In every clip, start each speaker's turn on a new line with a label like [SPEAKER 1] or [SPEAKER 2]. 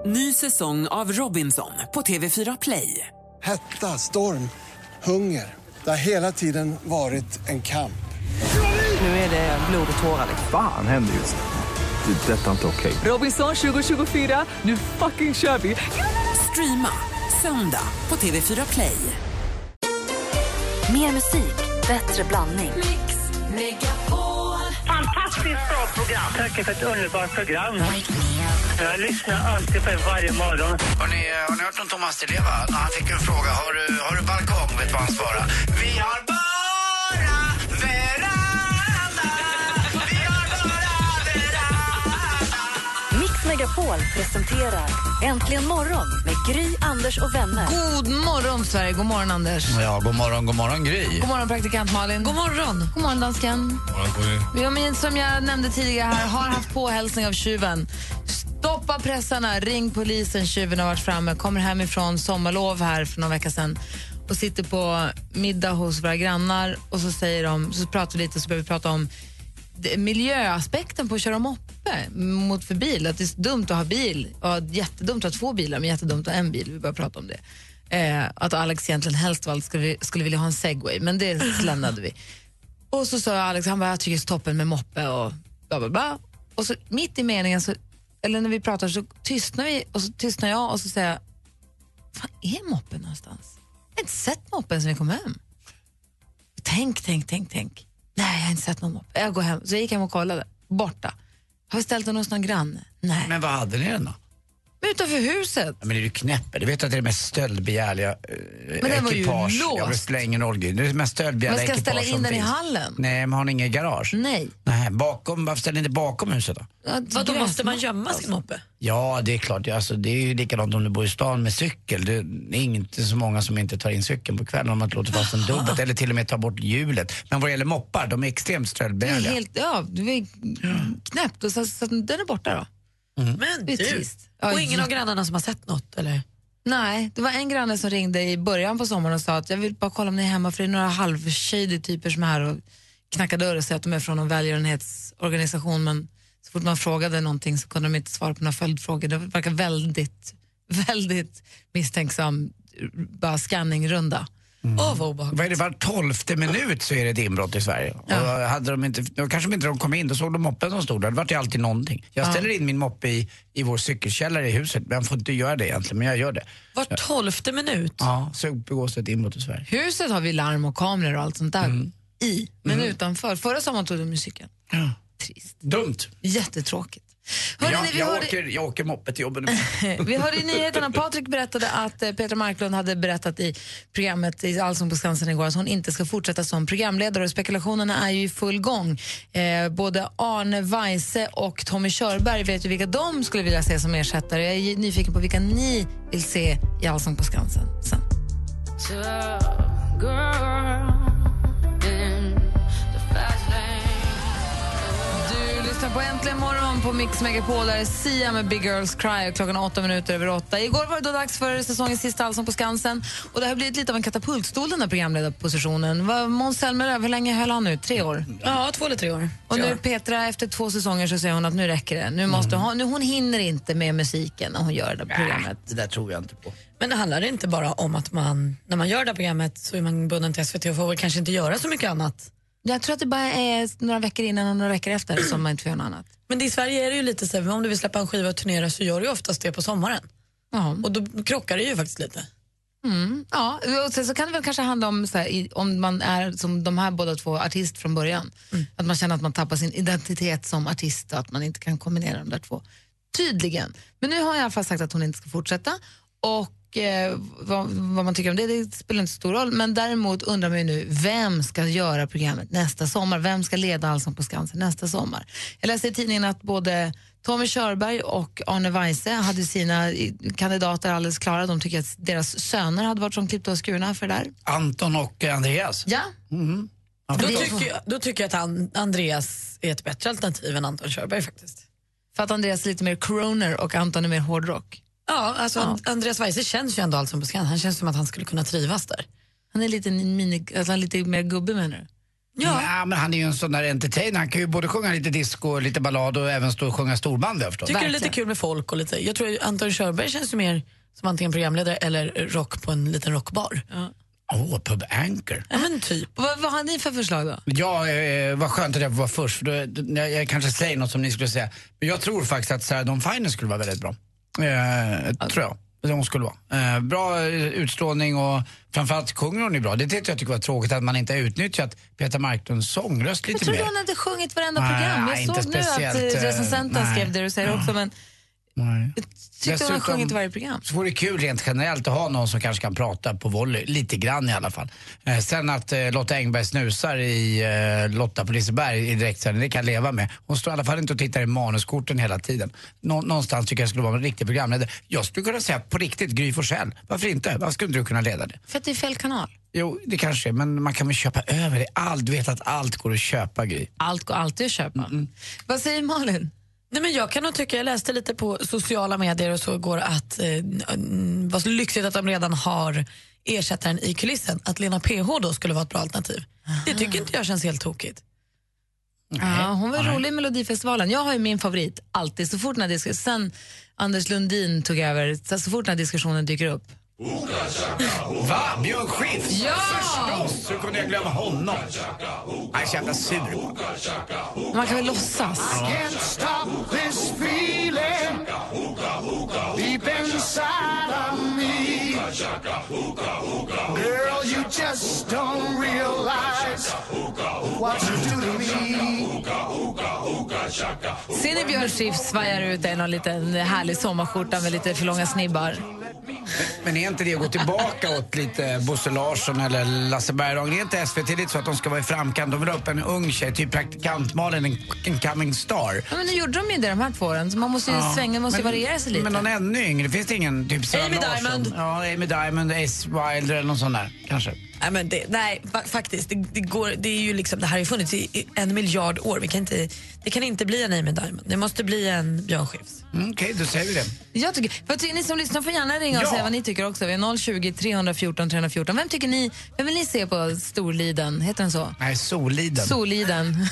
[SPEAKER 1] Ny säsong av Robinson på TV4 Play.
[SPEAKER 2] Hetta, storm, hunger. Det har hela tiden varit en kamp.
[SPEAKER 1] Nu är det blod och tårar.
[SPEAKER 3] Fan händer just det. Det är detta inte okej.
[SPEAKER 1] Robinson 2024, nu fucking kör vi. Streama söndag på TV4 Play.
[SPEAKER 4] Mer musik, bättre blandning.
[SPEAKER 5] Mix Megapol.
[SPEAKER 6] Fantastiskt bra program. Tack för ett underbart program. Jag lyssnar alltid på varje morgon.
[SPEAKER 7] Har ni hört om Thomas Di Leva? När han fick en fråga, har du balkong? Vet vad han svarade? Vi har bara veranda. Vi har bara veranda.
[SPEAKER 4] Mix Megapol presenterar Äntligen morgon med Gry, Anders och vänner.
[SPEAKER 5] God morgon Sverige, god morgon Anders.
[SPEAKER 7] Ja, god morgon Gry.
[SPEAKER 5] God morgon praktikant Malin. God morgon. God morgon dansken. Ja, men som jag nämnde tidigare här, har haft påhälsning av tjuven. Stoppa pressarna, ring polisen, tjuven har varit framme. Kommer hemifrån sommarlov här för någon vecka sedan och sitter på middag hos våra grannar. Och så säger de, så pratar vi lite, så börjar vi prata om miljöaspekten på att köra moppe mot för bil. Att det är dumt att ha bil och jättedumt att ha 2 bilar, men jättedumt att ha en bil. Vi börjar prata om det. Att Alex egentligen helst skulle vilja ha en Segway, men det lämnade vi. Och så sa Alex, han bara, jag tycker det är toppen med moppe och bla bla bla. Och så mitt i meningen, eller när vi pratar så tystnar vi, och så tystnar jag och så säger jag, fan är moppen någonstans? Jag har inte sett moppen sen vi kom hem. Tänk. Nej, jag har inte sett någon moppe. Jag går hem, så jag gick hem och kollade. Borta. Har vi ställt den hos någon granne? Nej.
[SPEAKER 7] Men vad hade ni den då?
[SPEAKER 5] Utanför huset.
[SPEAKER 7] Ja, men är du knäpper? Du vet att det är det mest stöldbegärliga
[SPEAKER 5] men den var ju låst.
[SPEAKER 7] Ja, det spelar ingen roll. Det är det mest stöldbegärliga ekipage.
[SPEAKER 5] Man ska ställa in den
[SPEAKER 7] finns
[SPEAKER 5] i hallen.
[SPEAKER 7] Nej, men har ni ingen garage?
[SPEAKER 5] Nej.
[SPEAKER 7] Bakom, varför ställer ni inte bakom huset då?
[SPEAKER 5] Vad då måste man gömma sin moppe?
[SPEAKER 7] Ja, det är klart. Alltså, det är ju likadant om du bor i stan med cykel. Det är inte så många som inte tar in cykeln på kvällen om man inte låter fast en dubbet eller till och med tar bort hjulet. Men vad gäller moppar, de är extremt stöldbegärliga. Det är
[SPEAKER 5] knäppt. Och så den är borta då.
[SPEAKER 8] Men
[SPEAKER 5] det är trist.
[SPEAKER 8] Och ingen av grannarna som har sett något, eller?
[SPEAKER 5] Nej, det var en granne som ringde i början på sommaren och sa att jag vill bara kolla om ni är hemma, för det är några halvshady typer som är här och knackar dörr och säger att de är från en välgörenhetsorganisation, men så fort man frågade någonting så kunde de inte svara på några följdfrågor. Det verkar väldigt misstänksam bara scanningrunda.
[SPEAKER 7] Vad är det, var 12:e minut så är det ett inbrott i Sverige. Ja. Och hade de inte, då kanske inte de kom in, då såg de moppen som stod där. Det var det alltid någonting. Jag ställer in min moppe i vår cykelkällare i huset, men jag får inte göra det egentligen, men jag gör det.
[SPEAKER 8] Var 12:e minut?
[SPEAKER 7] Ja, så begås ett inbrott i Sverige.
[SPEAKER 5] Huset har vi larm och kameror och allt sånt där men utanför. Förra sommaren tog de musiken.
[SPEAKER 7] Ja.
[SPEAKER 5] Trist.
[SPEAKER 7] Dumt.
[SPEAKER 5] Jättetråkigt.
[SPEAKER 7] Jag åker moppe till jobbet nu.
[SPEAKER 5] Vi hörde i nyheterna, Patrik berättade att Petra Marklund hade berättat i programmet i Allsång på Skansen igår att hon inte ska fortsätta som programledare, och spekulationerna är ju i full gång. Både Arne Weise och Tommy Körberg vet ju vilka de skulle vilja se som ersättare. Jag är nyfiken på vilka ni vill se i Allsång på Skansen sen. På Äntligen morgon på Mix Megapol, där är Sia med Big Girls Cry, och klockan 8:08. Igår var det då dags för säsongens sista Allsång på Skansen, och det har blivit lite av en katapultstol, den här programledarpositionen. Måns Zelmerlöw, hur länge höll han nu? 3 år?
[SPEAKER 8] Ja, 2 eller 3 år.
[SPEAKER 5] Och nu Petra, efter 2 säsonger så säger hon att nu räcker det. Nu måste hon hinner inte med musiken när hon gör det programmet.
[SPEAKER 7] Det där tror jag inte på.
[SPEAKER 8] Men det handlar inte bara om att när man gör det programmet så är man bunden till SVT och får väl kanske inte göra så mycket annat.
[SPEAKER 5] Jag tror att det bara är några veckor innan och några veckor efter som man inte får göra något annat.
[SPEAKER 8] Men i Sverige är det ju lite så, om du vill släppa en skiva och turnera så gör du ju oftast det på sommaren. Ja. Och då krockar det ju faktiskt lite.
[SPEAKER 5] Ja, och sen så kan det väl kanske handla om så här, om man är som de här båda 2 artist från början. Att man känner att man tappar sin identitet som artist och att man inte kan kombinera de där 2. Tydligen. Men nu har jag i alla fall sagt att hon inte ska fortsätta. Och vad man tycker om det spelar inte så stor roll. Men däremot undrar man ju nu, vem ska göra programmet nästa sommar? Vem ska leda Allsång på Skansen nästa sommar? Jag läste i tidningen att både Tommy Körberg och Arne Weise hade sina kandidater alldeles klara. De tycker att deras söner hade varit som klippta och skurna för det där.
[SPEAKER 7] Anton och Andreas?
[SPEAKER 5] Ja.
[SPEAKER 8] Då tycker jag att Andreas är ett bättre alternativ än Anton Körberg faktiskt.
[SPEAKER 5] För att Andreas är lite mer crooner och Anton är mer hårdrock.
[SPEAKER 8] Ja, alltså Andreas Weise känns ju ändå Allsång på Skansen. Han känns som att han skulle kunna trivas där.
[SPEAKER 5] Han är lite lite mer gubbe, menar du?
[SPEAKER 7] Ja, men han är ju en sån där entertainer. Han kan ju både sjunga lite disco, lite ballad och även stå och sjunga storband.
[SPEAKER 8] Tycker det är lite kul med folk och lite. Jag tror att Anton Körberg känns ju mer som antingen programledare eller rock på en liten rockbar.
[SPEAKER 7] Pub Anchor.
[SPEAKER 8] Ja, men typ.
[SPEAKER 5] Vad har ni för förslag då?
[SPEAKER 7] Ja, vad skönt att jag var först. För jag kanske säger något som ni skulle säga. Men jag tror faktiskt att Sarah Dawn Finer skulle vara väldigt bra. Tror jag. Hon skulle vara. Bra utstrålning och framförallt sjunger hon är bra. Det tycker jag var tråkigt att man inte har utnyttjat Petra Marklunds sångröst lite mer.
[SPEAKER 5] Jag tror hon hade sjungit varenda program. Jag såg nu att recensenten skrev det du säger också, men tyckte hon har sjungit varje program.
[SPEAKER 7] Så vore det kul rent generellt att ha någon som kanske kan prata på volley, lite grann i alla fall. Sen att Lotta Engberg snusar i Lotta på Liseberg i direktsändning, det kan jag leva med. Hon står i alla fall inte och tittar i manuskorten hela tiden. Någonstans tycker jag skulle vara en riktig programledare. Jag skulle kunna säga på riktigt Gry Forssell. Varför inte? Varför skulle du kunna leda det?
[SPEAKER 5] För att det är fel kanal.
[SPEAKER 7] Jo, det kanske är, men man kan väl köpa över det. Du vet att allt går att köpa, Gry.
[SPEAKER 5] Allt går alltid att köpa. Vad säger Malin?
[SPEAKER 8] Nej, men jag kan nog tycka, jag läste lite på sociala medier och så går att vad så lyxigt att de redan har ersättaren i kulissen, att Lena PH då skulle vara ett bra alternativ. Det tycker inte jag känns helt tokigt.
[SPEAKER 5] Ja, hon var rolig i Melodifestivalen. Jag har ju min favorit alltid, så fort när sen Anders Lundin tog över, så fort när diskussionen dyker upp.
[SPEAKER 7] Va? Björn Skifs?
[SPEAKER 5] Ja!
[SPEAKER 7] Förstås, hur kunde jag glömma honom? Jag är så jävla sur.
[SPEAKER 5] Man kan väl låtsas.
[SPEAKER 9] Can't stop this feeling deep inside of me. Girl, you just don't realize what you do to me.
[SPEAKER 5] Ser ni Björn Skifs svajar ut i någon liten härlig sommarskjorta med lite för långa snibbar?
[SPEAKER 7] Men är inte det att gå tillbaka åt lite Bosse Larsson eller Lasse Berghagen? Det är inte SVT lite så att de ska vara i framkant. De vill ha upp en ung tjej, typ praktikant Malin, en coming star.
[SPEAKER 5] Ja, men nu gjorde de ju det de här 2 åren, så man måste ju svänga, måste ju variera sig lite.
[SPEAKER 7] Men någon ännu yngre, finns det ingen typ Sarah
[SPEAKER 8] Amy
[SPEAKER 7] Larsson?
[SPEAKER 8] Diamond.
[SPEAKER 7] Ja, Amy Diamond, Ace Wilder eller någon sån där, kanske.
[SPEAKER 8] Nej, men faktiskt, det är ju liksom, det här har ju funnits i 1 miljard år. Det kan inte bli en Amy Diamond. Det måste bli en Björn Skifs.
[SPEAKER 7] Okej, då säger vi det.
[SPEAKER 5] Jag tycker, ni som lyssnar får gärna ringa och säga vad ni tycker också. Vi är 020 314 314. Vem vill ni se på Storliden? Heter den så?
[SPEAKER 7] Nej, Soliden.
[SPEAKER 5] Soliden.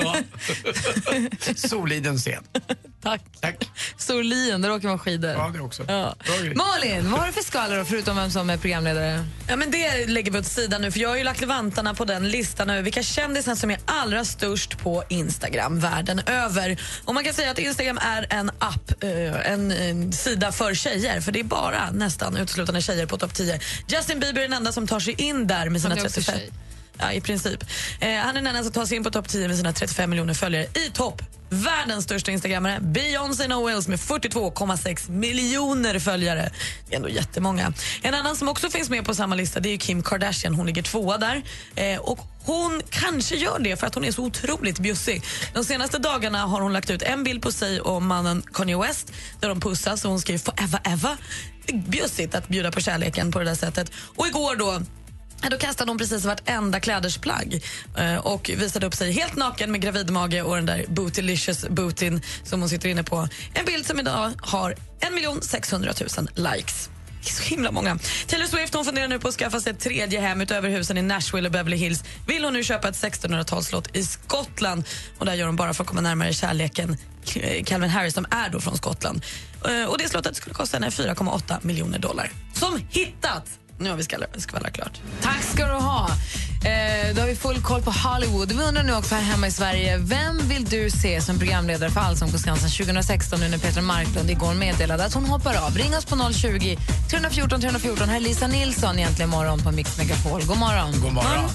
[SPEAKER 7] Soliden scen.
[SPEAKER 5] Tack. Storlien, där åker man skidor.
[SPEAKER 7] Ja, det också.
[SPEAKER 5] Ja. Malin, vad har du för skvaller då, förutom vem som är programledare?
[SPEAKER 8] Ja, men det lägger vi åt sidan nu, för jag har ju lagt vantarna på den listan över vilka kändisar som är allra störst på Instagram världen över. Och man kan säga att Instagram är en app, en sida för tjejer, för det är bara nästan uteslutande tjejer på topp 10. Justin Bieber är den enda som tar sig in där med sina 35. Ja, i princip. Han är den enda som tar sig in på topp 10 med sina 35 miljoner följare. I topp, världens största instagrammare, Beyoncé Knowles med 42,6 miljoner följare. Det är ändå jättemånga. En annan som också finns med på samma lista, det är Kim Kardashian. Hon ligger 2 där. Och hon kanske gör det för att hon är så otroligt bjussig. De senaste dagarna har hon lagt ut en bild på sig och mannen Kanye West där de pussas och hon skriver forever ever. Det är bjussigt att bjuda på kärleken på det där sättet. Och igår då kastade hon precis vartenda klädersplagg och visade upp sig helt naken med gravidmage och den där bootylicious bootin som hon sitter inne på. En bild som idag har 1 600 000 likes. Det är så himla många. Taylor Swift, hon funderar nu på att skaffa sig ett 3:e hem utöver husen i Nashville och Beverly Hills. Vill hon nu köpa ett 1600-talslott i Skottland, och där gör hon bara för att komma närmare kärleken Calvin Harris, som är då från Skottland. Och det slottet skulle kosta henne $4,8 miljoner. Som hittat! Nu har vi skvallra klart.
[SPEAKER 5] Tack ska du ha. Då har vi full koll på Hollywood. Vi undrar nu också här hemma i Sverige, vem vill du se som programledare för Allsång på Skansen 2016, nu när Petra Marklund igår meddelade att hon hoppar av? Ring oss på 020 314 314. Här är Lisa Nilsson egentligen morgon på Mix Megapol. God morgon.
[SPEAKER 7] God morgon.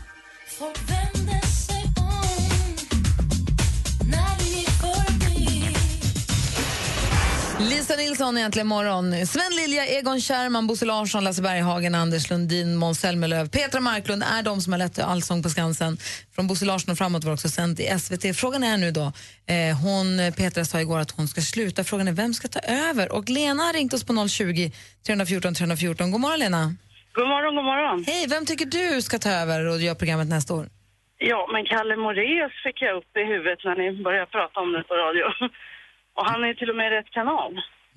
[SPEAKER 5] Lisa Nilsson egentligen morgon. Sven Lilja, Egon Kärman, Bosse Larsson, Lasse Berghagen, Anders Lundin, Måns Zelmerlöw, Petra Marklund är de som har lett Allsång på Skansen. Från Bosse Larsson och framåt var också sänt i SVT. Frågan är nu då, Petra sa igår att hon ska sluta. Frågan är vem ska ta över? Och Lena har ringt oss på 020 314 314. God morgon, Lena.
[SPEAKER 6] God morgon, god morgon.
[SPEAKER 5] Hej, vem tycker du ska ta över och göra programmet nästa år?
[SPEAKER 6] Ja, men Kalle Moraeus fick jag upp i huvudet när ni började prata om det på radio. Och han är till och med rätt kanal.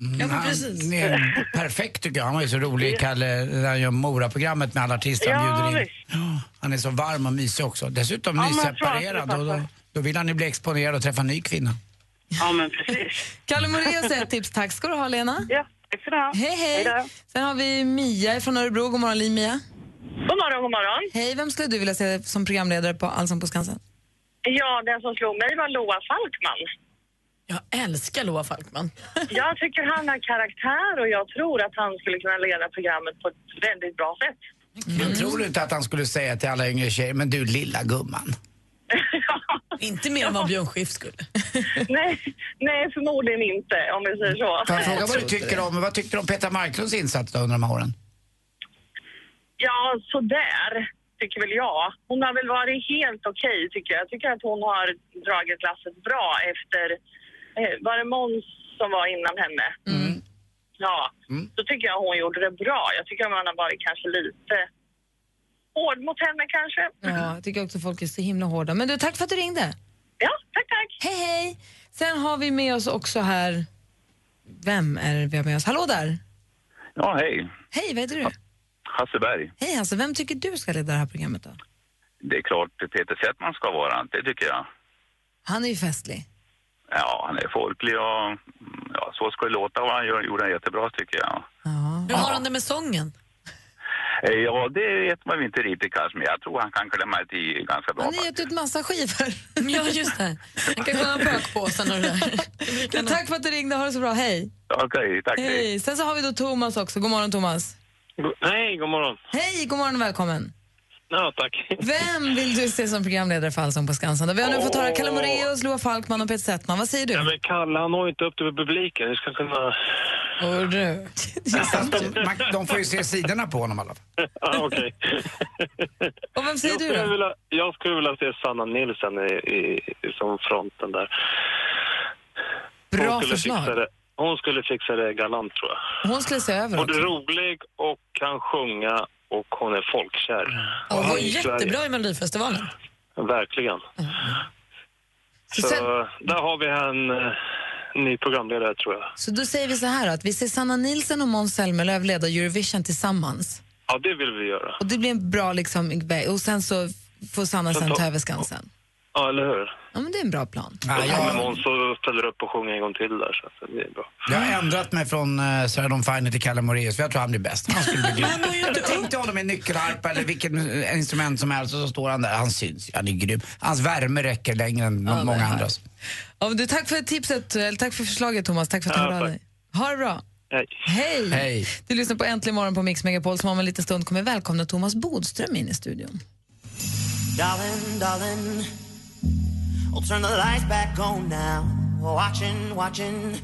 [SPEAKER 8] Ja, men precis.
[SPEAKER 7] Han är perfekt tycker jag. Han var ju så rolig, Kalle, när han gör Mora-programmet med alla artister han bjuder in. Ja, han är så varm och mysig också. Dessutom nyseparerad och då vill han ju bli exponerad och träffa en ny kvinna.
[SPEAKER 6] Ja, men precis.
[SPEAKER 5] Kalle Moraeus säger ett tips. Tack ska du ha, Lena.
[SPEAKER 6] Ja, tack för det.
[SPEAKER 5] Hej, hej.
[SPEAKER 6] Hejdå.
[SPEAKER 5] Sen har vi Mia från Örebro. God morgon, Mia.
[SPEAKER 6] God morgon, god morgon.
[SPEAKER 5] Hej, vem skulle du vilja se som programledare på Allsång på Skansen?
[SPEAKER 6] Ja, den som slog mig var Loa Falkman.
[SPEAKER 8] Jag älskar Loa Falkman.
[SPEAKER 6] Jag tycker han har karaktär och jag tror att han skulle kunna leda programmet på ett väldigt bra sätt.
[SPEAKER 7] Men tror du inte att han skulle säga till alla yngre tjejer, men du lilla gumman?
[SPEAKER 8] Inte mer än vad Björn Skifs skulle.
[SPEAKER 6] nej, förmodligen inte, om vi säger så.
[SPEAKER 7] Får jag fråga vad tycker du om Petra Marklunds insats under de här åren?
[SPEAKER 6] Ja, så där tycker väl jag. Hon har väl varit helt okej, tycker jag. Jag tycker att hon har dragit lasset bra efter... var det Måns som var innan henne? Ja, så tycker jag hon gjorde det bra. Jag tycker att man har varit kanske lite hård mot henne kanske.
[SPEAKER 5] Ja, jag tycker också att folk är så himla hårda. Men du, tack för att du ringde.
[SPEAKER 6] Ja, tack.
[SPEAKER 5] Hej, hej. Sen har vi med oss också här... Vem är det vi har med oss? Hallå där.
[SPEAKER 10] Ja, hej.
[SPEAKER 5] Hej, vad heter du?
[SPEAKER 10] Hasse Berg.
[SPEAKER 5] Hej Hasse, vem tycker du ska leda det här programmet då?
[SPEAKER 10] Det är klart Peter Settman ska vara, det tycker jag.
[SPEAKER 5] Han är ju festlig.
[SPEAKER 10] Ja, han är folklig och så ska det låta och han gjorde det jättebra tycker jag.
[SPEAKER 5] Ja.
[SPEAKER 8] Hur har han det med sången?
[SPEAKER 10] Ja, det vet man inte riktigt kanske, men jag tror han kan klämma till ganska bra.
[SPEAKER 5] Han har gett ut massa skivor.
[SPEAKER 8] Ja, just det. Han kan gå en bökpåsen och det där.
[SPEAKER 5] Tack för att du ringde, ha det så bra, hej.
[SPEAKER 10] Okej, tack.
[SPEAKER 5] Hej. Sen så har vi då Thomas också, god morgon Thomas.
[SPEAKER 11] Hej, god morgon.
[SPEAKER 5] Hej, god morgon och välkommen.
[SPEAKER 11] Ja, tack.
[SPEAKER 5] Vem vill du se som programledare för Allsång på Skansen? Vi har nu fått höra Kalle Moraeus, Loa Falkman och Peter Settman. Vad säger du?
[SPEAKER 11] Ja, men Kalle, han når inte upp till publiken. Du ska kunna...
[SPEAKER 7] De får ju se sidorna på honom i alla fall.
[SPEAKER 11] Ja, okej.
[SPEAKER 5] Och vem säger du då?
[SPEAKER 11] Jag skulle vilja se Sanna Nilsson som fronten där.
[SPEAKER 5] Bra förslag.
[SPEAKER 11] Hon skulle fixa det galant, tror jag.
[SPEAKER 5] Hon skulle se över
[SPEAKER 11] både
[SPEAKER 5] också.
[SPEAKER 11] Rolig och kan sjunga och hon är folkkär.
[SPEAKER 8] Hon var jättebra i Melodifestivalen.
[SPEAKER 11] Verkligen. Så där har vi en ny programledare, tror jag.
[SPEAKER 5] Så då säger vi så här att vi ser Sanna Nilsson och Måns Zelmerlöw leda Eurovision tillsammans.
[SPEAKER 11] Ja, det vill vi göra.
[SPEAKER 5] Och det blir en bra liksom, och sen så får Sanna sen ta över Skansen.
[SPEAKER 11] Ja, eller hur?
[SPEAKER 5] Ja, men det är en bra plan.
[SPEAKER 11] Ja, Måns så ställer upp och sjunger en gång till där, så det är bra.
[SPEAKER 7] Jag har ändrat mig från Sarah Dawn Finer till Kalle Moraeus, för jag tror han blir bäst. Han skulle bli grym. Tänkte honom med nyckelharpa eller vilket instrument som helst, så står han där. Han syns, han är grym. Hans värme räcker längre än många andras.
[SPEAKER 5] Ja, du, tack för tipset, eller tack för förslaget Thomas, tack för att du hörde av dig. Ha det bra.
[SPEAKER 11] Hej.
[SPEAKER 5] Hej. Du lyssnar på Äntligen morgon på Mix Megapol som om en liten stund kommer välkomna Thomas Bodström in i studion.
[SPEAKER 12] Darling, I'll turn the lights back on now. Watching.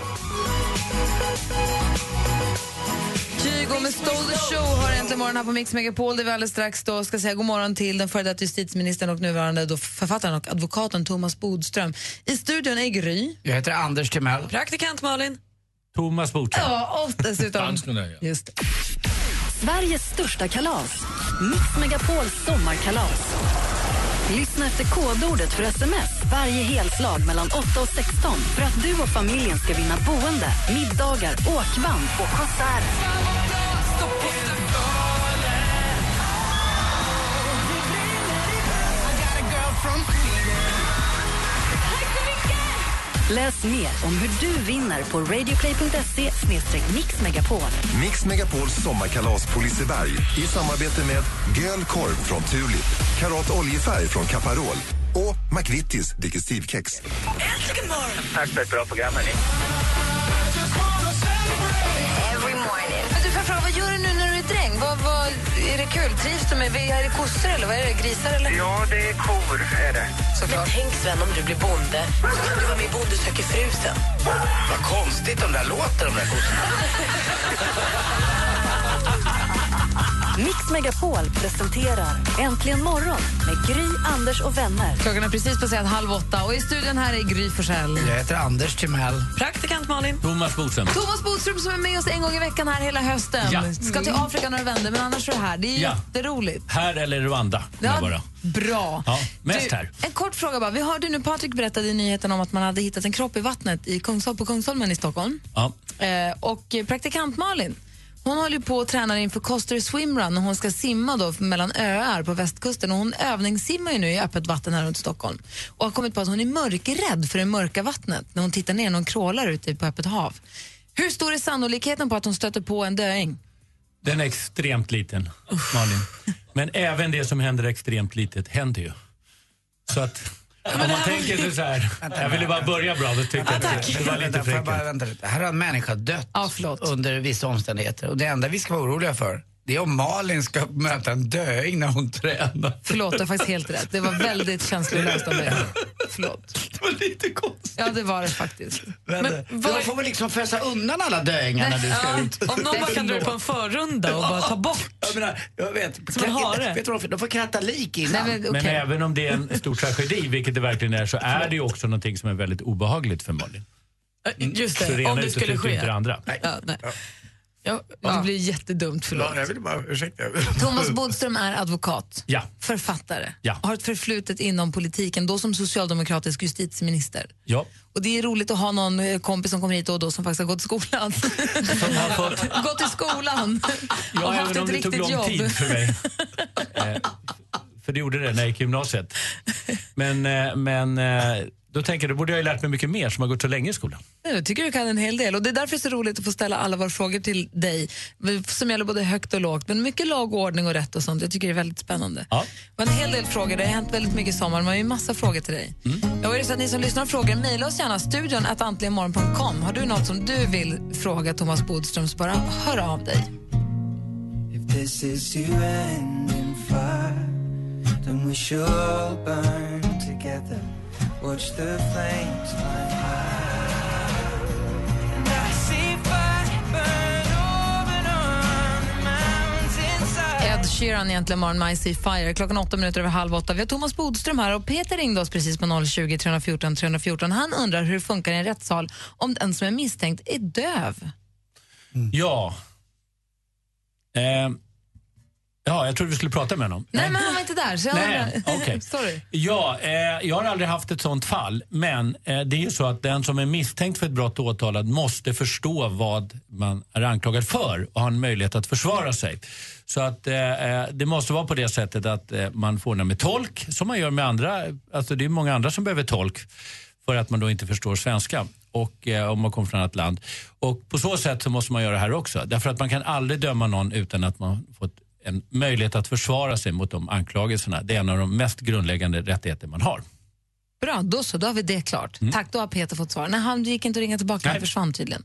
[SPEAKER 5] Kygo med Stole the Show har äntligen morgon här på Mix Megapol där vi alldeles strax då ska säga god morgon till den före detta justitieministern och nuvarande då författaren och advokaten Thomas Bodström. I studion är Gry.
[SPEAKER 7] Jag heter Anders Timell.
[SPEAKER 8] Praktikant Malin.
[SPEAKER 13] Thomas Bodström.
[SPEAKER 5] Ja, och dessutom. Just det.
[SPEAKER 4] Sveriges största kalas. Mix Megapols sommarkalas. Lyssna efter kodordet för sms varje helslag mellan 8 och 16 för att du och familjen ska vinna boende, middagar, åkband och konserter. Läs mer om hur du vinner på radioplay.se/mixmegapol.
[SPEAKER 14] Mix Megapols sommarkalas på Liseberg i samarbete med Göl Korv från Tulip, Karat oljefärg från Caparol och McVittys digestivkex.
[SPEAKER 7] Äntligen morgon! Tack för ett bra program, hörni.
[SPEAKER 5] Men du, får fråga, vad gör du nu när du är dräng? Vad är det kul? Trivs du med? Är det kossor eller vad är det? Grisar eller?
[SPEAKER 6] Ja, det är kor, är det.
[SPEAKER 5] Såklart. Men tänk Sven, om du blir bonde så kan du vara med i Bonde söker frusen.
[SPEAKER 7] Vad konstigt de där låter, de där kossorna.
[SPEAKER 4] Mix Megapol presenterar Äntligen morgon med Gry, Anders och vänner.
[SPEAKER 5] Klockan är precis passerat 7:30 och i studion här är Gry Forssell.
[SPEAKER 7] Jag heter Anders Timell.
[SPEAKER 8] Praktikant Malin.
[SPEAKER 13] Thomas Bodström.
[SPEAKER 5] Thomas Bodström som är med oss en gång i veckan här hela hösten.
[SPEAKER 13] Ja.
[SPEAKER 5] Ska till Afrika några vändor, men annars är det här. Det är jätteroligt.
[SPEAKER 13] Här eller Rwanda.
[SPEAKER 5] Ja, Bra.
[SPEAKER 13] Ja, mest här.
[SPEAKER 5] En kort fråga bara. Vi hörde nu Patrik berättade i nyheten om att man hade hittat en kropp i vattnet på Kungsholmen i Stockholm.
[SPEAKER 13] Ja.
[SPEAKER 5] Och praktikant Malin, hon håller på att träna inför Coster Swimrun och hon ska simma då mellan öar på västkusten och hon övningssimmar ju nu i öppet vatten här runt Stockholm och har kommit på att hon är mörkrädd för det mörka vattnet när hon tittar ner när hon krålar ute på öppet hav. Hur stor är sannolikheten på att hon stöter på en döing?
[SPEAKER 13] Den är extremt liten, Malin. Men även det som händer extremt litet händer ju. Så att om man tänker sig så här, jag ville bara börja bra, då tyckte jag att det var lite fräckligt.
[SPEAKER 7] Här har en människa dött under vissa omständigheter. Och det enda vi ska vara oroliga för, det är om Malin ska möta en döing när hon tränar.
[SPEAKER 5] Förlåt, det är faktiskt helt rätt. Det var väldigt känslolöst av mig. Förlåt.
[SPEAKER 7] Det var lite konstigt.
[SPEAKER 5] Ja, det var det faktiskt.
[SPEAKER 7] Men du får väl liksom fösa undan alla döingar när du ska ut.
[SPEAKER 8] Om någon bara kan dra på en förrunda och bara ta bort.
[SPEAKER 7] Jag vet.
[SPEAKER 8] Som en hare.
[SPEAKER 7] Vet du, de får kratta lik innan.
[SPEAKER 5] Nej,
[SPEAKER 13] men även om det är en stor tragedi, vilket det verkligen är, så är det ju också någonting som är väldigt obehagligt för Malin.
[SPEAKER 8] Just
[SPEAKER 13] Så
[SPEAKER 8] det, om det skulle
[SPEAKER 13] inte
[SPEAKER 8] ske.
[SPEAKER 13] det andra.
[SPEAKER 8] Nej.
[SPEAKER 5] Ja, det blir jättedumt, förlåt.
[SPEAKER 7] Ja, jag vill bara ursäkta.
[SPEAKER 5] Thomas Bodström är advokat,
[SPEAKER 13] ja.
[SPEAKER 5] Författare,
[SPEAKER 13] ja.
[SPEAKER 5] Har ett förflutet inom politiken, då som socialdemokratisk justitieminister.
[SPEAKER 13] Ja.
[SPEAKER 5] Och det är roligt att ha någon kompis som kommer hit och då som faktiskt har gått i skolan.
[SPEAKER 13] Som har fått...
[SPEAKER 5] gått i skolan
[SPEAKER 13] ja,
[SPEAKER 5] och haft
[SPEAKER 13] även om
[SPEAKER 5] ett
[SPEAKER 13] det tog
[SPEAKER 5] riktigt
[SPEAKER 13] lång
[SPEAKER 5] jobb.
[SPEAKER 13] tid för mig. För det gjorde det när jag gick i gymnasiet. Men då tänker jag, då borde jag ju lärt mig mycket mer som har gått så länge i skolan.
[SPEAKER 5] Jag tycker du kan en hel del och det är därför det är så roligt att få ställa alla våra frågor till dig som gäller både högt och lågt, men mycket lag och ordning och rätt och sånt. Jag tycker det är väldigt spännande.
[SPEAKER 13] Ja.
[SPEAKER 5] Och en hel del frågor, det har hänt väldigt mycket i sommar, man har ju massa frågor till dig. Jag vill så att ni som lyssnar frågar, mejla oss gärna studion@antligenmorgon.com. Har du något som du vill fråga Thomas Bodström så bara hör av dig.
[SPEAKER 15] If this is you ending fire, then we should all burn together. Watch the flames fly high. And I see fire burn over on the mountainside.
[SPEAKER 5] Ed Sheeran egentligen morgon med I See Fire. Klockan 8:07. Vi har Thomas Bodström här och Peter ringde oss precis på 020 314 314. Han undrar hur det funkar i en rättssal om den som är misstänkt är döv.
[SPEAKER 13] Ja. Ja, jag trodde vi skulle prata med honom.
[SPEAKER 5] Nej, men han var inte där. Så jag
[SPEAKER 13] okay.
[SPEAKER 5] Sorry.
[SPEAKER 13] Ja, jag har aldrig haft ett sånt fall. Men det är ju så att den som är misstänkt för ett brott och åtalad måste förstå vad man är anklagad för och ha en möjlighet att försvara sig. Så att det måste vara på det sättet att man får den med tolk, som man gör med andra. Alltså det är många andra som behöver tolk för att man då inte förstår svenska. Och om man kommer från ett annat land. Och på så sätt så måste man göra det här också. Därför att man kan aldrig döma någon utan att man fått en möjlighet att försvara sig mot de anklagelserna. Det är en av de mest grundläggande rättigheter man har.
[SPEAKER 5] Bra, då har vi det klart. Tack, då har Peter fått svar. Nej, han gick inte att ringa tillbaka, han försvann tydligen.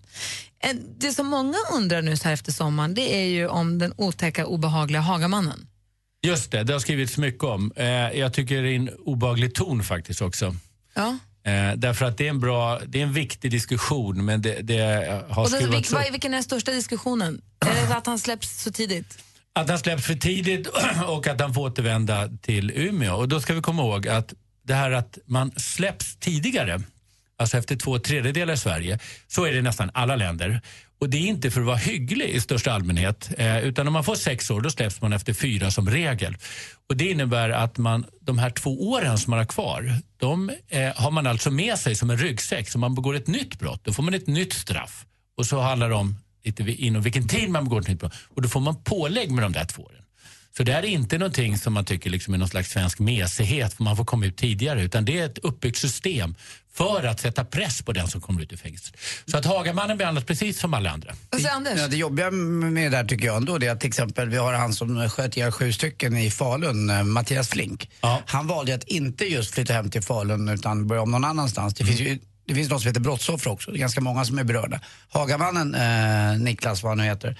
[SPEAKER 5] Det som många undrar nu så här efter sommaren, det är ju om den otäcka, obehagliga Hagamannen.
[SPEAKER 13] Just det har skrivits mycket om. Jag tycker det är en obehaglig ton faktiskt också.
[SPEAKER 5] Ja.
[SPEAKER 13] Därför att det är en viktig diskussion, men det har
[SPEAKER 5] och
[SPEAKER 13] skrivits upp.
[SPEAKER 5] Vilken är den största diskussionen? Är det att han släpps så tidigt?
[SPEAKER 13] Att han släpps för tidigt och att han får återvända till Umeå. Och då ska vi komma ihåg att det här att man släpps tidigare, alltså efter 2/3 i Sverige, så är det i nästan alla länder. Och det är inte för att vara hygglig i största allmänhet, utan om man får 6 år då släpps man efter 4 som regel. Och det innebär att de här 2 åren som man har kvar, de har man alltså med sig som en ryggsäck. Så man begår ett nytt brott, då får man ett nytt straff. Och så handlar det om inom vilken tid man begår ett nytt brott. Och då får man pålägg med de där 2 åren. Så det är inte någonting som man tycker liksom är någon slags svensk mesighet för man får komma ut tidigare, utan det är ett uppbyggt system för att sätta press på den som kommer ut ur fängelset. Så att Hagamannen behandlas precis som alla andra.
[SPEAKER 7] Ja, det jobbiga med det där tycker jag ändå, det är att till exempel vi har han som sköt ihjäl 7 stycken i Falun, Mattias Flink. Ja. Han valde att inte just flytta hem till Falun utan börja om någon annanstans. Det finns något som heter brottsoffer också. Det är ganska många som är berörda. Hagamannen, Niklas vad han nu heter,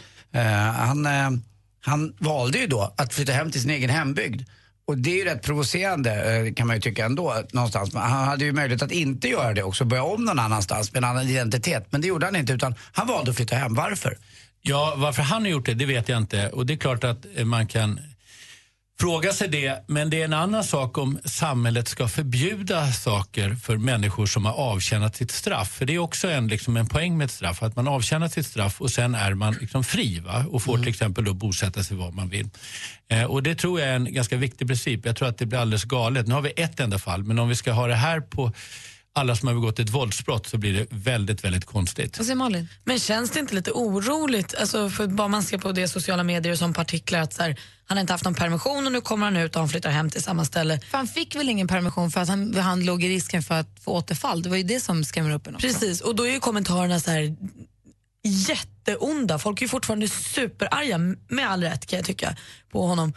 [SPEAKER 7] han valde ju då att flytta hem till sin egen hembygd. Och det är ju rätt provocerande kan man ju tycka ändå någonstans. Men han hade ju möjlighet att inte göra det också, börja om någon annanstans med en annan identitet. Men det gjorde han inte, utan han valde att flytta hem. Varför?
[SPEAKER 13] Ja, varför han har gjort det vet jag inte. Och det är klart att man kan fråga sig det, men det är en annan sak om samhället ska förbjuda saker för människor som har avtjänat sitt straff. För det är också en poäng med ett straff, att man avtjänat sitt straff och sen är man liksom fri, va? Och får till exempel då bosätta sig var man vill. Och det tror jag är en ganska viktig princip. Jag tror att det blir alldeles galet. Nu har vi ett enda fall, men om vi ska ha det här på alla som har begått ett våldsbrott så blir det väldigt, väldigt konstigt.
[SPEAKER 5] Vad säger Malin?
[SPEAKER 8] Men känns det inte lite oroligt, alltså för bara man ser på det sociala medier och som partiklar att så här, han har inte haft någon permission och nu kommer han ut och han flyttar hem till samma ställe.
[SPEAKER 5] För han fick väl ingen permission för att han låg i risken för att få återfall. Det var ju det som skrämmer upp en också.
[SPEAKER 8] Precis, och då är ju kommentarerna så här jätteonda. Folk är ju fortfarande superarga, med all rätt kan jag tycka, på honom.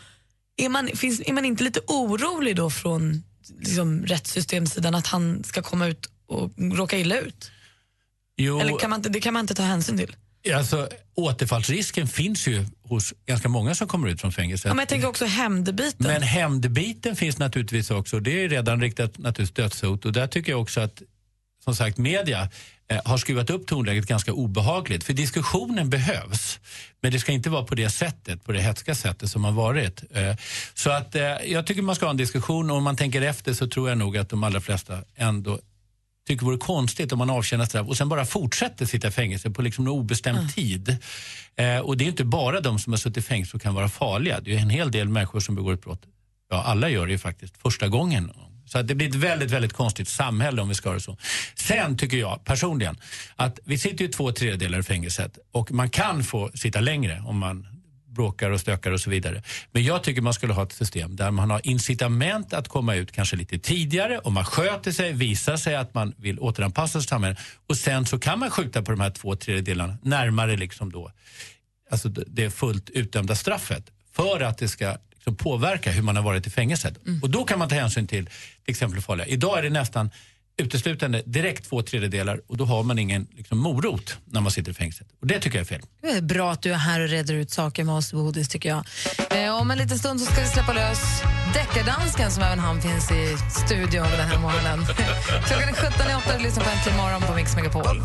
[SPEAKER 8] Är man inte lite orolig då från liksom rättssystemsidan att han ska komma ut och råka illa ut?
[SPEAKER 13] Jo,
[SPEAKER 8] eller det kan man inte ta hänsyn till?
[SPEAKER 13] Alltså, återfallsrisken finns ju hos ganska många som kommer ut från fängelset.
[SPEAKER 8] Ja, men jag tänker också hämndbiten.
[SPEAKER 13] Men hämndbiten finns naturligtvis också. Det är redan riktat naturligtvis dödshot. Och där tycker jag också att, som sagt, media har skruvat upp tonläget ganska obehagligt. För diskussionen behövs. Men det ska inte vara på det sättet, på det hätska sättet som har varit. Så att jag tycker man ska ha en diskussion. Och om man tänker efter så tror jag nog att de allra flesta ändå tycker det vore konstigt om man avtjänar straff och sen bara fortsätter sitta i fängelse på liksom en obestämd tid. Och det är inte bara de som har suttit i fängelse som kan vara farliga. Det är en hel del människor som begår ett brott. Ja, alla gör det ju faktiskt första gången. Så att det blir ett väldigt, väldigt konstigt samhälle om vi ska ha det så. Sen tycker jag personligen att vi sitter ju 2/3 i fängelset och man kan få sitta längre om man bråkar och stökar och så vidare. Men jag tycker man skulle ha ett system där man har incitament att komma ut kanske lite tidigare, om man sköter sig, visar sig att man vill återanpassa sig till samhället, och sen så kan man skjuta på de här 2/3 närmare liksom då, alltså det fullt utdömda straffet, för att det ska liksom påverka hur man har varit i fängelset. Och då kan man ta hänsyn till exempel farliga. Idag är det nästan uteslutande direkt 2/3 och då har man ingen liksom morot när man sitter i fängelset. Och det tycker jag är fel.
[SPEAKER 5] Det är bra att du är här och reder ut saker med oss, Bodis, tycker jag. Om en liten stund så ska vi släppa lös Deckardansken, som även han finns i studion den här morgonen. Klockan är 17:08 och lyssnar på Äntligen morgon på Mix Megapol.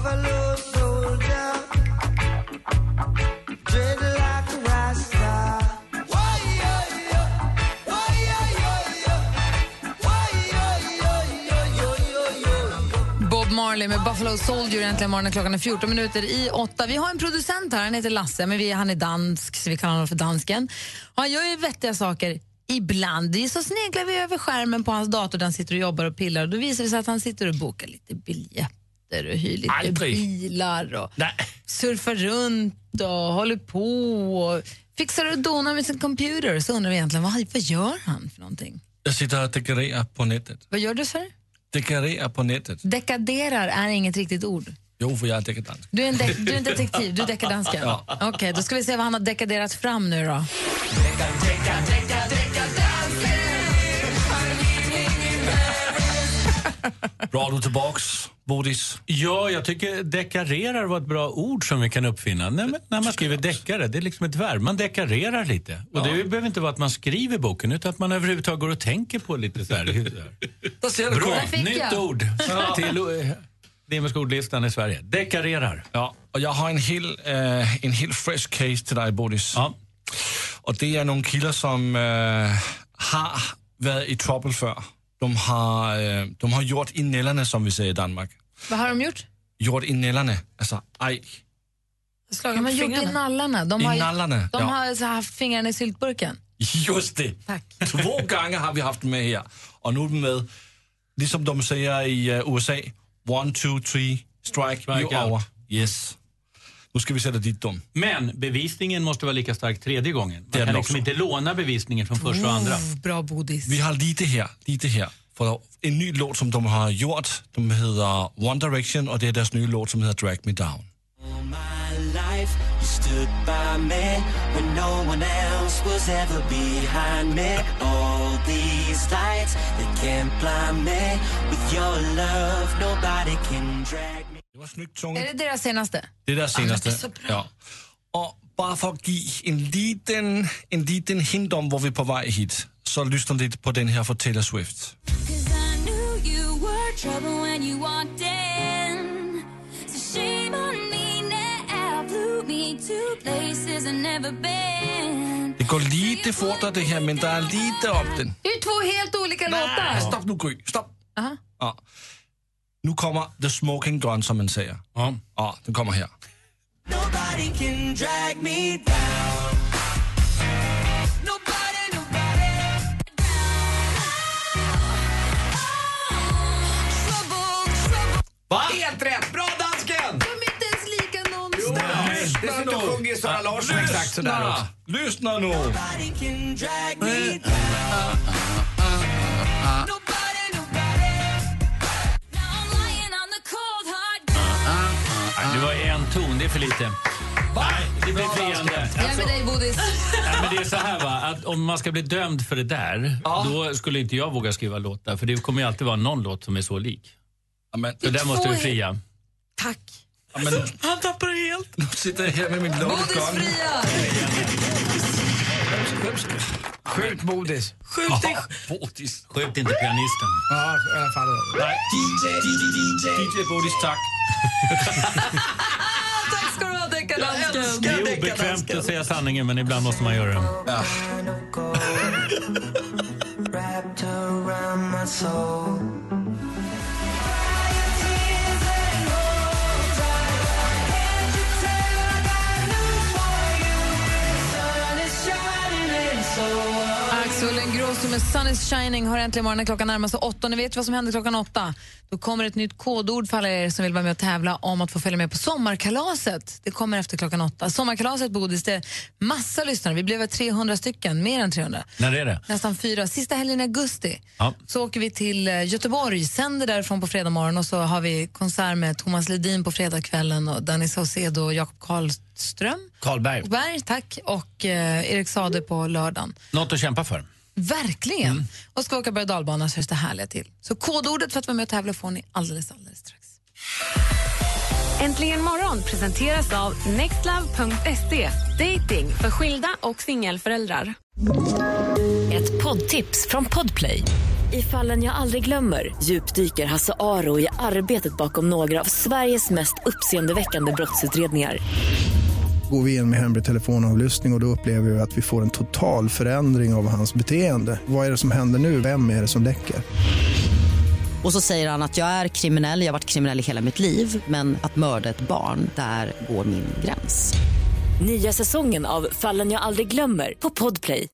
[SPEAKER 5] Marley med Buffalo Soldier äntligen morgonen. Klockan är 14:14. Vi har en producent här, han heter Lasse, men han är dansk så vi kallar honom för dansken. Och han gör ju vettiga saker ibland. Så sneglar vi över skärmen på hans dator där han sitter och jobbar och pillar, och då visar det sig att han sitter och bokar lite biljetter och hyr lite bilar och surfar runt och håller på och fixar och donar med sin computer. Så undrar vi egentligen, vad gör han för någonting?
[SPEAKER 16] Jag sitter och dekorerar på nätet.
[SPEAKER 5] Vad gör du, så?
[SPEAKER 16] Dekaderar på nätet.
[SPEAKER 5] Dekaderar är inget riktigt ord.
[SPEAKER 16] Jo, för jag är dekadansk.
[SPEAKER 5] Du är en detektiv, du är dekadansken.
[SPEAKER 16] Ja.
[SPEAKER 5] Okej, då ska vi se vad han har dekaderat fram nu då.
[SPEAKER 16] Bra, du tillbaks, Bodis.
[SPEAKER 13] Ja, jag tycker dekarerar var ett bra ord som vi kan uppfinna. När man skriver deckare, det är liksom ett verb. Man dekarerar lite. Och det behöver inte vara att man skriver boken, utan att man överhuvudtaget går och tänker på lite så här. Bra, nytt ord till Demiska ordlistan i Sverige. Dekarerar.
[SPEAKER 16] Ja, och jag har en helt fresh case till dig, Bodis. Ja. Och det är någon killar som har varit i trouble för. De har gjort i nällarna, som vi säger i Danmark.
[SPEAKER 5] Vad har de gjort?
[SPEAKER 16] Gjort i nällarna, alltså aj.
[SPEAKER 5] De har gjort i nallarna. De har haft fingrarna i syltburken.
[SPEAKER 16] Just det.
[SPEAKER 5] Tack.
[SPEAKER 16] 2 gånger har vi haft med här. Och nu med, liksom de säger i USA, 1, 2, 3, strike you over. Yes. Nu ska vi sätta dit dem.
[SPEAKER 13] Men bevisningen måste vara lika stark 3:e gången. Man kan liksom inte låna bevisningen från första och andra.
[SPEAKER 5] Bra, Bodis.
[SPEAKER 16] Vi har lite här. För en ny låt som de har gjort, de heter One Direction, och det är deras nya låt som heter Drag Me Down.
[SPEAKER 12] All my life you stood by me when no one else was ever behind me. All these lights, they can't blind me. With your love nobody can drag me.
[SPEAKER 16] Det var snyggt sjunget.
[SPEAKER 5] Är det deras senaste?
[SPEAKER 16] Det är deras senaste, ja. Och bara för att ge en liten hint om var vi är på väg hit, så lyssna lite på den här för Taylor Swift.
[SPEAKER 17] Trouble when you walked in, so shame on me now. Blew me to places I've never been.
[SPEAKER 16] Det går lite fortare det här, men det är lite om den.
[SPEAKER 5] Det är ju 2 helt olika låtar.
[SPEAKER 16] Stopp nu, Gry. Stopp. Ja. Nu kommer The Smoking Gun, som man säger. Ja, den kommer här.
[SPEAKER 12] Nobody can drag me down.
[SPEAKER 16] Va?
[SPEAKER 18] Helt rätt! Bra, dansken!
[SPEAKER 5] De är inte ens lika någonstans.
[SPEAKER 18] Dessutom sjunger ju Sara Larsson exakt sådär också.
[SPEAKER 16] Lyssna nu!
[SPEAKER 12] Nobody can drag me down.
[SPEAKER 13] Det var en ton, det är för lite. Nej, det blir friande.
[SPEAKER 5] Jag är med dig, Bodis.
[SPEAKER 13] Nej, men det är så här, va, att om man ska bli dömd för det där, då skulle inte jag våga skriva låtar. För det kommer ju alltid vara någon låt som är så lik. Så där måste vi fria.
[SPEAKER 5] Tack.
[SPEAKER 8] Han tappar det helt.
[SPEAKER 16] Nu sitter jag här med min låtgång.
[SPEAKER 5] Bodis fria!
[SPEAKER 18] Skjut Bodis.
[SPEAKER 13] Skjut inte pianisten.
[SPEAKER 18] Ja, i alla fall.
[SPEAKER 16] Nej, DJ Bodis, tack.
[SPEAKER 5] Tack ska du ha, Deckardansken.
[SPEAKER 13] Det är obekvämt att säga sanningen, men ibland måste man göra det.
[SPEAKER 16] Ja.
[SPEAKER 5] Axel Ingrosso med Sun is shining har äntligen morgonen klockan närmast 8. Ni vet vad som händer klockan 8. Då kommer ett nytt kodord för alla er som vill vara med och tävla om att få följa med på sommarkalaset. Det kommer efter klockan 8. Sommarkalaset, Bodis, det är massa lyssnare. Vi blev över 300 stycken, mer än 300.
[SPEAKER 13] När är det?
[SPEAKER 5] Nästan 4. Sista helgen i augusti. Så åker vi till Göteborg, sänder därifrån på fredag morgon och så har vi konsert med Thomas Ledin på fredagskvällen och Danny Saucedo och Jakob Karlberg, tack, och Erik Sade på lördagen.
[SPEAKER 13] Något att kämpa för.
[SPEAKER 5] Verkligen. Och ska åka berg- och dalbana så är det härliga till. Så kodordet för att vara med och tävla får ni alldeles strax.
[SPEAKER 19] Äntligen morgon presenteras av nextlove.se. Dating för skilda och singelföräldrar.
[SPEAKER 20] Ett poddtips från Podplay. I Fallen jag aldrig glömmer djupdyker Hasse Aro i arbetet bakom några av Sveriges mest uppseendeväckande brottsutredningar.
[SPEAKER 2] Går vi in med hemlig telefonavlyssning och då upplever vi att vi får en total förändring av hans beteende. Vad är det som händer nu? Vem är det som läcker?
[SPEAKER 21] Och så säger han att jag är kriminell, jag har varit kriminell i hela mitt liv. Men att mörda ett barn, där går min gräns.
[SPEAKER 20] Nya säsongen av Fallen jag aldrig glömmer på Podplay.